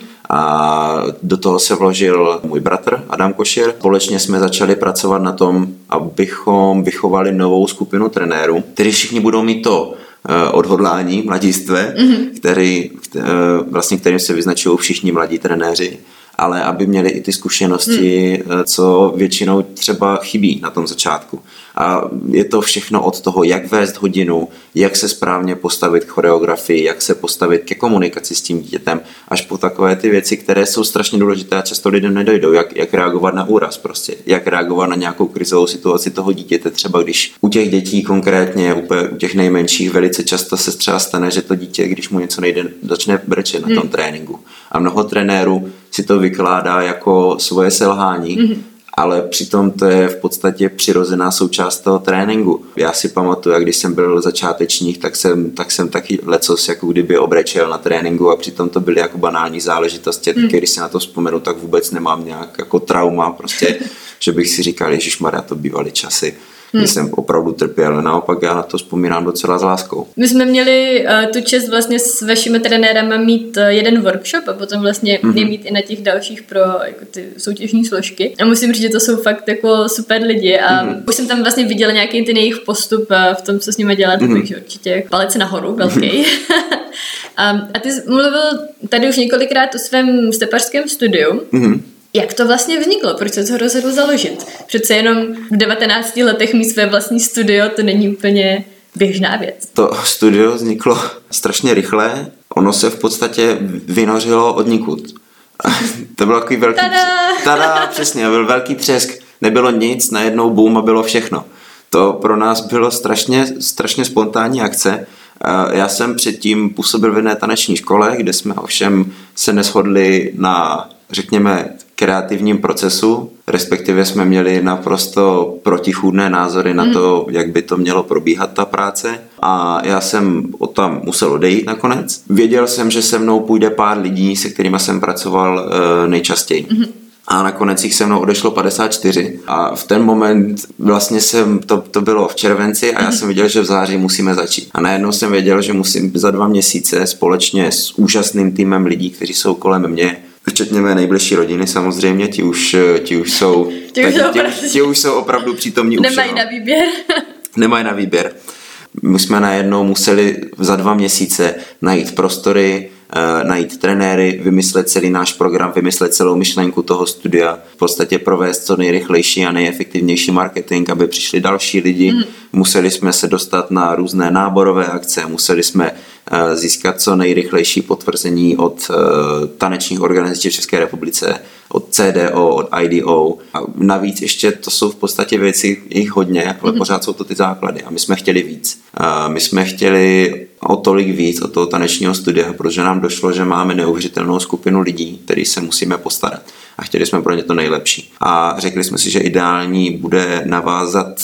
A do toho se vložil můj bratr Adam Košir. Společně jsme začali pracovat na tom, abychom vychovali novou skupinu trenérů, kteří všichni budou mít to odhodlání mladistvé, mm-hmm. který, vlastně kterým se vyznačují všichni mladí trenéři, ale aby měli i ty zkušenosti, hmm. co většinou třeba chybí na tom začátku. A je to všechno od toho, jak vést hodinu, jak se správně postavit k choreografii, jak se postavit ke komunikaci s tím dítětem, až po takové ty věci, které jsou strašně důležité a často lidem nedojdou, jak, jak reagovat na úraz prostě, jak reagovat na nějakou krizovou situaci toho dítěte, třeba když u těch dětí konkrétně, u těch nejmenších velice často se třeba stane, že to dítě, když mu něco nejde, začne brečet na tom hmm. tréninku. A mnoho trenérů si to vykládá jako svoje selhání, mm-hmm. ale přitom to je v podstatě přirozená součást toho tréninku. Já si pamatuju, jak když jsem byl začátečník, tak jsem, tak jsem taky lecos jako kdyby obrečel na tréninku a přitom to byly jako banální záležitosti. Mm. Když si na to vzpomenu, tak vůbec nemám nějak jako trauma, prostě, že bych si říkal, ježišmarja, to bývaly časy. Hmm. Jsem opravdu trpěl, naopak já na to vzpomínám docela s láskou. My jsme měli uh, tu čest vlastně s vašimi trenérama mít uh, jeden workshop a potom vlastně mm-hmm. mít i na těch dalších pro jako ty soutěžní složky. A musím říct, že to jsou fakt jako super lidi a mm-hmm. už jsem tam vlastně viděla nějaký ten jejich postup uh, v tom, co s nimi dělat, mm-hmm. takže určitě palec nahoru, velký. Mm-hmm. a, a ty jsi mluvil tady už několikrát o svém stepařském studiu. Mm-hmm. Jak to vlastně vzniklo? Proč se to rozhodl založit? Přece jenom v devatenácti letech mít své vlastní studio, to není úplně běžná věc. To studio vzniklo strašně rychle. Ono se v podstatě vynořilo od nikud. To byl takový velký... Tada! Tada, přesně, byl velký třesk. Nebylo nic, najednou boom a bylo všechno. To pro nás bylo strašně, strašně spontánní akce. Já jsem předtím působil v jedné taneční škole, kde jsme ovšem se neshodli na, řekněme, kreativním procesu, respektive jsme měli naprosto protichůdné názory na to, jak by to mělo probíhat ta práce a já jsem od tam musel odejít nakonec. Věděl jsem, že se mnou půjde pár lidí, se kterými jsem pracoval nejčastěji. Mm-hmm. A nakonec jich se mnou odešlo padesát čtyři a v ten moment vlastně jsem, to, to bylo v červenci a já jsem věděl, že v září musíme začít. A najednou jsem věděl, že musím za dva měsíce společně s úžasným týmem lidí, kteří jsou kolem mě, včetně mé nejbližší rodiny samozřejmě, ti už, ti už jsou ti už, tak, ti, ti už jsou opravdu přítomní. Nemají na výběr. Nemají na výběr. My jsme najednou museli za dva měsíce najít prostory, najít trenéry, vymyslet celý náš program, vymyslet celou myšlenku toho studia, v podstatě provést co nejrychlejší a nejefektivnější marketing, aby přišli další lidi. Mm. Museli jsme se dostat na různé náborové akce, museli jsme získat co nejrychlejší potvrzení od tanečních organizací v České republice, od C D O, od I D O. A navíc ještě to jsou v podstatě věci, jich hodně, ale mm. pořád jsou to ty základy a my jsme chtěli víc. My jsme chtěli o tolik víc od toho tanečního studia, protože nám došlo, že máme neuvěřitelnou skupinu lidí, který se musíme postarat. A chtěli jsme pro ně to nejlepší. A řekli jsme si, že ideální bude navázat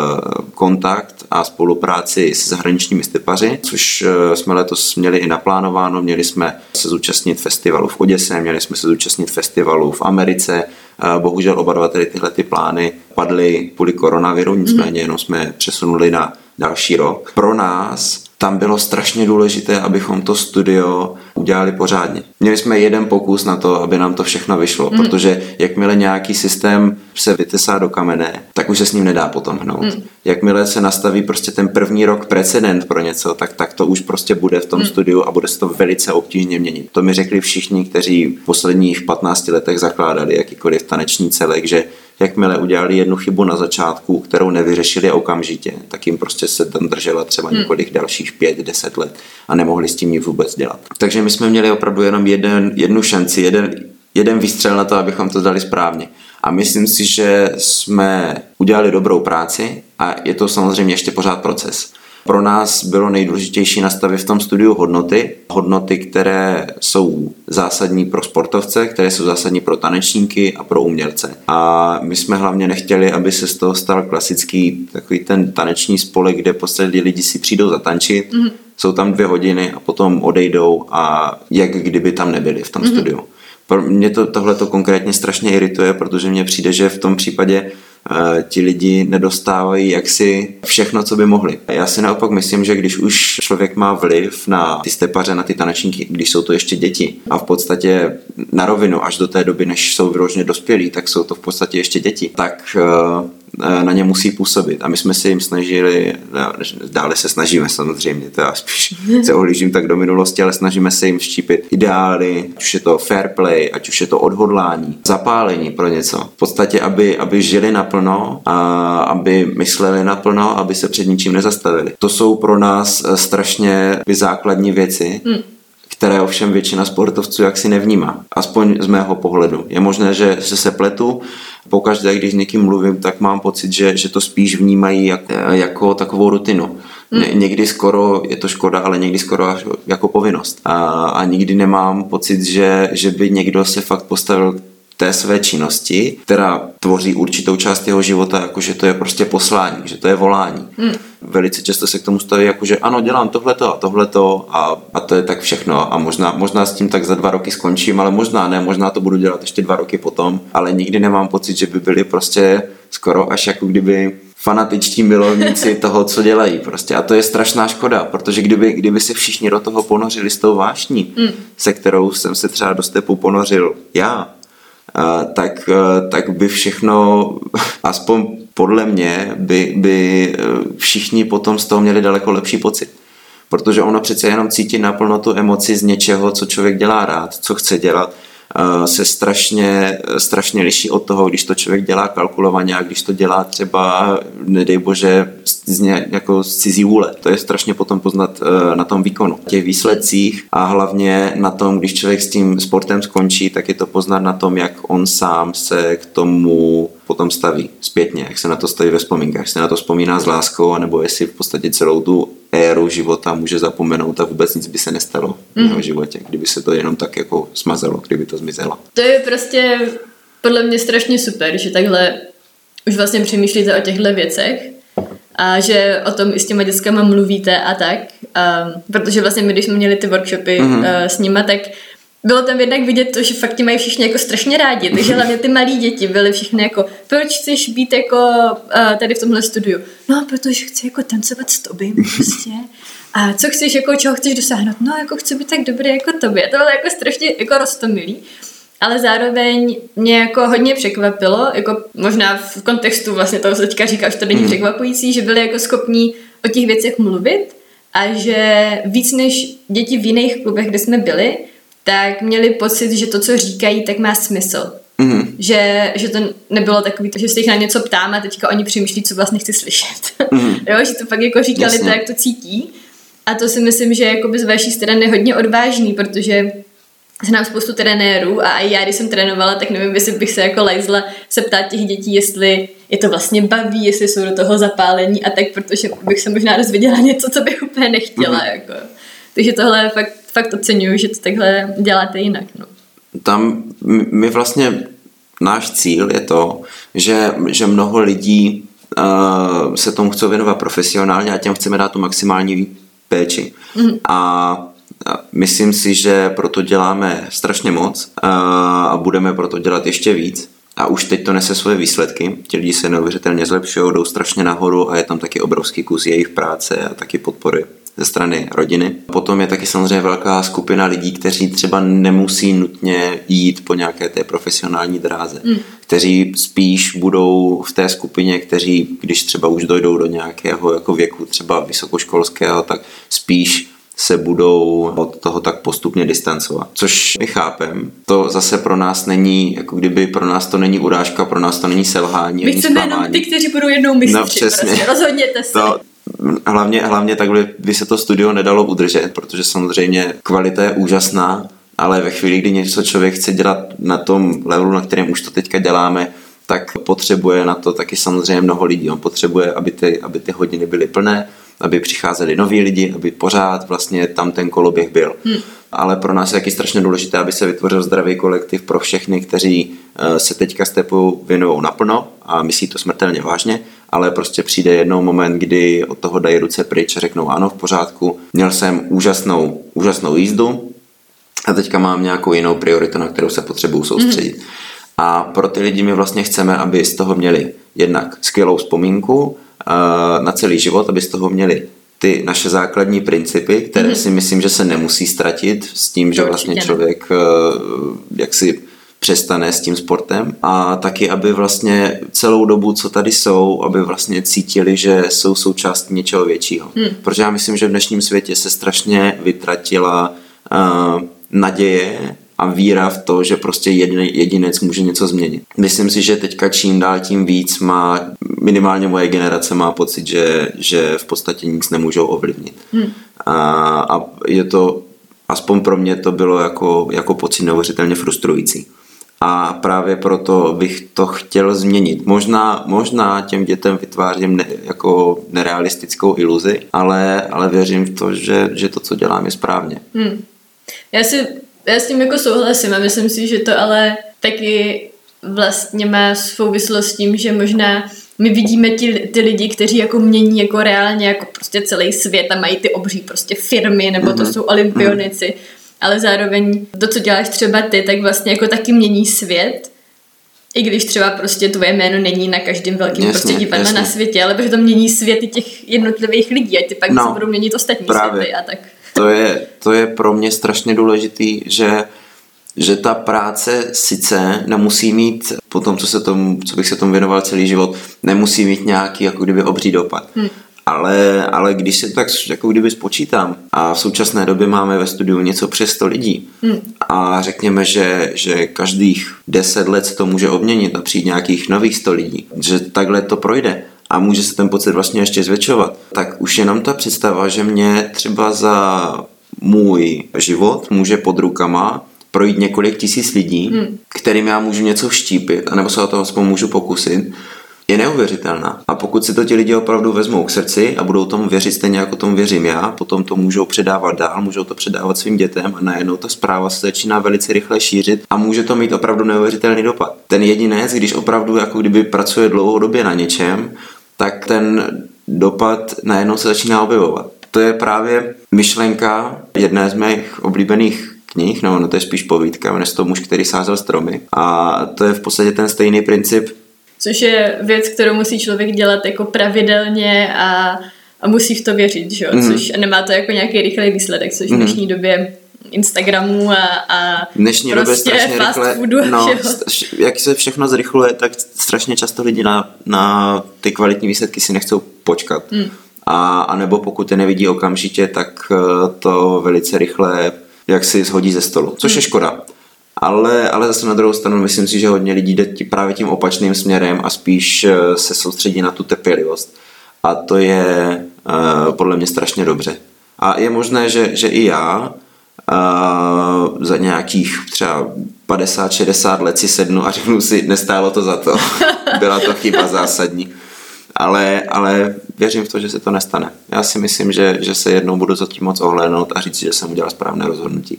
kontakt a spolupráci s zahraničními stepaři, což jsme letos měli i naplánováno. Měli jsme se zúčastnit festivalu v Oděse, měli jsme se zúčastnit festivalu v Americe. Bohužel oba dva tedy tyhle ty plány padly kvůli koronaviru, nicméně jenom jsme přesunuli na další rok. Pro nás tam bylo strašně důležité, abychom to studio udělali pořádně. Měli jsme jeden pokus na to, aby nám to všechno vyšlo, mm. protože jakmile nějaký systém se vytesá do kamene, tak už se s ním nedá potom hnout. Mm. Jakmile se nastaví prostě ten první rok precedent pro něco, tak, tak to už prostě bude v tom mm. studiu a bude se to velice obtížně měnit. To mi řekli všichni, kteří v posledních patnácti letech zakládali jakýkoliv taneční celek, že jakmile udělali jednu chybu na začátku, kterou nevyřešili okamžitě, tak jim prostě se tam držela třeba hmm. několik dalších pět, deset let a nemohli s tím nic vůbec dělat. Takže my jsme měli opravdu jenom jeden, jednu šanci, jeden, jeden výstřel na to, abychom to dali správně. A myslím si, že jsme udělali dobrou práci a je to samozřejmě ještě pořád proces. Pro nás bylo nejdůležitější nastavit v tom studiu hodnoty. Hodnoty, které jsou zásadní pro sportovce, které jsou zásadní pro tanečníky a pro umělce. A my jsme hlavně nechtěli, aby se z toho stal klasický takový ten taneční spolek, kde prostě lidi si přijdou zatančit, mm-hmm. jsou tam dvě hodiny a potom odejdou a jak kdyby tam nebyli v tom mm-hmm. studiu. Mě to, tohleto konkrétně strašně irituje, protože mně přijde, že v tom případě uh, ti lidi nedostávají jaksi všechno, co by mohli. Já si naopak myslím, že když už člověk má vliv na ty stepaře, na ty tanečníky, když jsou to ještě děti a v podstatě na rovinu až do té doby, než jsou vyloženě dospělí, tak jsou to v podstatě ještě děti, tak uh, na ně musí působit. A my jsme se jim snažili, dále se snažíme samozřejmě, to já spíš se ohlížím tak do minulosti, ale snažíme se jim vštípit ideály, ať už je to fair play, ať už je to odhodlání, zapálení pro něco. V podstatě, aby, aby žili naplno a aby mysleli naplno, aby se před ničím nezastavili. To jsou pro nás strašně základní věci, hmm. které ovšem většina sportovců jaksi nevnímá. Aspoň z mého pohledu. Je možné, že, že se pletu. Pokaždé, když s někým mluvím, tak mám pocit, že, že to spíš vnímají jak, jako takovou rutinu. Mm. Ně, někdy skoro je to škoda, ale někdy skoro až jako povinnost. A, a nikdy nemám pocit, že, že by někdo se fakt postavil té své činnosti, která tvoří určitou část jeho života, jakože to je prostě poslání, že to je volání. Mm. Velice často se k tomu staví, jakože ano, dělám tohleto a tohleto a, a to je tak všechno a možná, možná s tím tak za dva roky skončím, ale možná ne, možná to budu dělat ještě dva roky potom, ale nikdy nemám pocit, že by byli prostě skoro až jako kdyby fanatičtí milovníci toho, co dělají prostě. A to je strašná škoda, protože kdyby, kdyby se všichni do toho ponořili s tou vášní, mm. se kterou jsem se třeba do stepu ponořil já, Uh, tak, uh, tak by všechno, aspoň podle mě, by, by všichni potom z toho měli daleko lepší pocit. Protože ono přece jenom cítí naplno tu emoci z něčeho, co člověk dělá rád, co chce dělat, uh, se strašně, strašně liší od toho, když to člověk dělá kalkulovaně a když to dělá třeba, nedej bože, z, ně, jako z cizí vůle. To je strašně potom poznat uh, na tom výkonu. Těch výsledcích a hlavně na tom, když člověk s tím sportem skončí, tak je to poznat na tom, jak on sám se k tomu potom staví zpětně, jak se na to staví ve vzpomínkách, jak se na to vzpomíná s láskou, anebo jestli v podstatě celou tu éru života může zapomenout a vůbec nic by se nestalo v jeho životě, kdyby se to jenom tak jako smazalo, kdyby to zmizelo. To je prostě podle mě strašně super, že takhle už vlastně přemýšlíte o těchto věcech a že o tom i s těma dětskama mluvíte a tak, um, protože vlastně my, když jsme měli ty workshopy mm-hmm. uh, s nima, tak bylo tam jednak vidět to, že fakt tě mají všichni jako strašně rádi, takže hlavně ty malí děti byly všichni jako, proč chceš být jako uh, tady v tomhle studiu? No, protože chci jako tancovat s tobě prostě. A co chceš, jako čeho chceš dosáhnout? No, jako chci být tak dobrý jako tobě. To bylo jako strašně jako roztomilý. Ale zároveň mě jako hodně překvapilo, jako možná v kontextu vlastně toho, co teďka říkáš, to není překvapující, že byli jako schopní o těch věcech mluvit a že víc než děti v jiných klubech, kde jsme byli, tak měli pocit, že to, co říkají, tak má smysl. Mm. Že, že to nebylo takový, že se jich na něco ptám a teďka oni přemýšlí, co vlastně chci slyšet. Mm. Jo, že to pak jako říkali Jasně. to, jak to cítí. A to si myslím, že jakoby z vaší strany hodně odvážný, protože znám spoustu trenérů a i já, když jsem trénovala, tak nevím, jestli bych se jako lajzla se ptát těch dětí, jestli je to vlastně baví, jestli jsou do toho zapálení a tak, protože bych se možná dozvěděla něco, co bych úplně nechtěla. Mm. Jako. Takže tohle fakt, fakt oceňuju, že to takhle děláte jinak. No. Tam my vlastně, náš cíl je to, že, že mnoho lidí uh, se tomu chcou věnovat profesionálně a těm chceme dát tu maximální péči. Mm. A myslím si, že proto děláme strašně moc a budeme proto dělat ještě víc. A už teď to nese svoje výsledky. Ti lidi se neuvěřitelně zlepšují, jdou strašně nahoru a je tam taky obrovský kus jejich práce a taky podpory ze strany rodiny. Potom je taky samozřejmě velká skupina lidí, kteří třeba nemusí nutně jít po nějaké té profesionální dráze. Mm. Kteří spíš budou v té skupině, kteří, když třeba už dojdou do nějakého jako věku třeba vysokoškolského, tak spíš se budou od toho tak postupně distancovat. Což my chápem. To zase pro nás není, jako kdyby pro nás to není urážka, pro nás to není selhání. My chceme jenom ty, kteří budou jednou mistři. No, přesně. Prostě rozhodněte se. To, hlavně, hlavně takhle by se to studio nedalo udržet, protože samozřejmě kvalita je úžasná, ale ve chvíli, kdy něco člověk chce dělat na tom levelu, na kterém už to teďka děláme, tak potřebuje na to taky samozřejmě mnoho lidí. On potřebuje, aby ty, aby ty hodiny byly plné, aby přicházeli noví lidi, aby pořád vlastně tam ten koloběh byl. Hmm. Ale pro nás je taky strašně důležité, aby se vytvořil zdravý kolektiv pro všechny, kteří se teďka stepu věnují naplno a myslí to smrtelně vážně, ale prostě přijde jednou moment, kdy od toho dají ruce pryč a řeknou ano, v pořádku, měl jsem úžasnou, úžasnou jízdu a teďka mám nějakou jinou prioritu, na kterou se potřebuju soustředit. Hmm. A pro ty lidi my vlastně chceme, aby z toho měli jednak skvělou vzpomínku na celý život, aby z toho měli ty naše základní principy, které mm. si myslím, že se nemusí ztratit s tím, že vlastně člověk jaksi přestane s tím sportem a taky, aby vlastně celou dobu, co tady jsou, aby vlastně cítili, že jsou součástí něčeho většího. Mm. Protože já myslím, že v dnešním světě se strašně vytratila uh, naděje a víra v to, že prostě jedinec může něco změnit. Myslím si, že teďka čím dál tím víc má, minimálně moje generace má pocit, že, že v podstatě nic nemůžou ovlivnit. Hmm. A, a je to, aspoň pro mě to bylo jako, jako pocit neuvěřitelně frustrující. A právě proto bych to chtěl změnit. Možná, možná těm dětem vytvářím ne, jako nerealistickou iluzi, ale, ale věřím v to, že, že to, co dělám, je správně. Hmm. Já si Já s tím jako souhlasím a myslím si, že to ale taky vlastně má souvislost s tím, že možná my vidíme ti, ty lidi, kteří jako mění jako reálně jako prostě celý svět a mají ty obří prostě firmy nebo to mm-hmm. jsou olympionici, mm-hmm. ale zároveň to, co děláš třeba ty, tak vlastně jako taky mění svět, i když třeba prostě tvoje jméno není na každém velkým jasně, prostě divadle na světě, ale protože to mění světy těch jednotlivých lidí a ty pak no, se budou měnit ostatní právě. Světy a tak. To je, to je pro mě strašně důležitý, že, že ta práce sice nemusí mít, po tom, co, se tomu, co bych se tomu věnoval celý život, nemusí mít nějaký jako kdyby obří dopad. Hmm. Ale, ale když se tak jako kdyby spočítám a v současné době máme ve studiu něco přes sto lidí hmm. a řekněme, že, že každých deset let se to může obměnit a přijít nějakých nových sto lidí, že takhle to projde. A může se ten pocit vlastně ještě zvětšovat, tak už jenom ta představa, že mě třeba za můj život může pod rukama projít několik tisíc lidí, hmm. kterým já můžu něco vštípit, anebo se o toho aspoň můžu pokusit, je neuvěřitelná. A pokud si to ti lidi opravdu vezmou k srdci a budou tomu věřit stejně jako tomu věřím já, potom to můžou předávat dál, můžou to předávat svým dětem a najednou ta zpráva se začíná velice rychle šířit a může to mít opravdu neuvěřitelný dopad. Ten jedinec, když opravdu jako kdyby pracuje dlouhodobě na něčem, tak ten dopad najednou se začíná objevovat. To je právě myšlenka jedné z mých oblíbených knih, no, no to je spíš povídka, jmenuje se to Muž, který sázel stromy. A to je v podstatě ten stejný princip. Což je věc, kterou musí člověk dělat jako pravidelně a, a musí v to věřit, že jo? Mm. Což nemá to jako nějaký rychlý výsledek, což v dnešní době Instagramu a, a dnešní prostě fast rychle, foodu. No, jak se všechno zrychluje, tak strašně často lidi na, na ty kvalitní výsledky si nechcou počkat. Mm. A, a nebo pokud je nevidí okamžitě, tak to velice rychle jak si shodí ze stolu, což mm. je škoda. Ale, ale zase na druhou stranu myslím si, že hodně lidí jde právě tím opačným směrem a spíš se soustředí na tu trpělivost. A to je uh, podle mě strašně dobře. A je možné, že, že i já uh, za nějakých třeba padesát šedesát let si sednu a řeknu si, nestálo to za to. Byla to chyba zásadní. Ale, ale věřím v to, že se to nestane. Já si myslím, že, že se jednou budu za tím moc ohlédnout a říct, že jsem udělal správné rozhodnutí.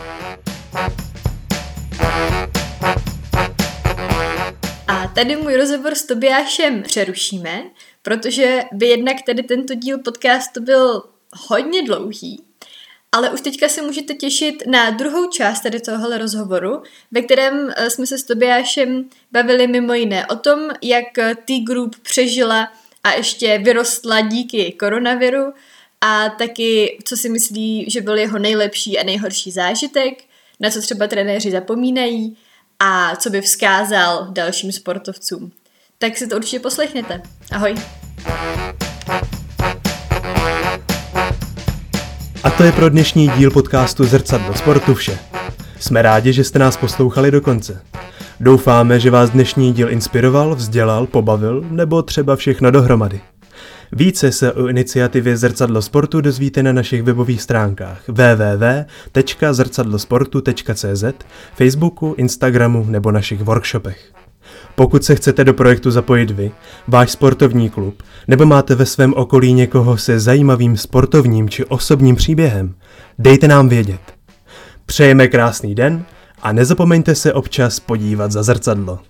A tady můj rozhovor s Tobiášem přerušíme, protože by jednak tady tento díl podcastu byl hodně dlouhý, ale už teďka se můžete těšit na druhou část tady tohohle rozhovoru, ve kterém jsme se s Tobiášem bavili mimo jiné o tom, jak T-Group přežila a ještě vyrostla díky koronaviru a taky, co si myslí, že byl jeho nejlepší a nejhorší zážitek, na co třeba trenéři zapomínají a co by vzkázal dalším sportovcům. Tak si to určitě poslechněte. Ahoj. A to je pro dnešní díl podcastu Zrcadlo sportu vše. Jsme rádi, že jste nás poslouchali do konce. Doufáme, že vás dnešní díl inspiroval, vzdělal, pobavil nebo třeba všechno dohromady. Více se o iniciativě Zrcadlo sportu dozvíte na našich webových stránkách w w w tečka zrcadlosportu tečka c z, Facebooku, Instagramu nebo našich workshopech. Pokud se chcete do projektu zapojit vy, váš sportovní klub, nebo máte ve svém okolí někoho se zajímavým sportovním či osobním příběhem, dejte nám vědět. Přejeme krásný den a nezapomeňte se občas podívat za zrcadlo.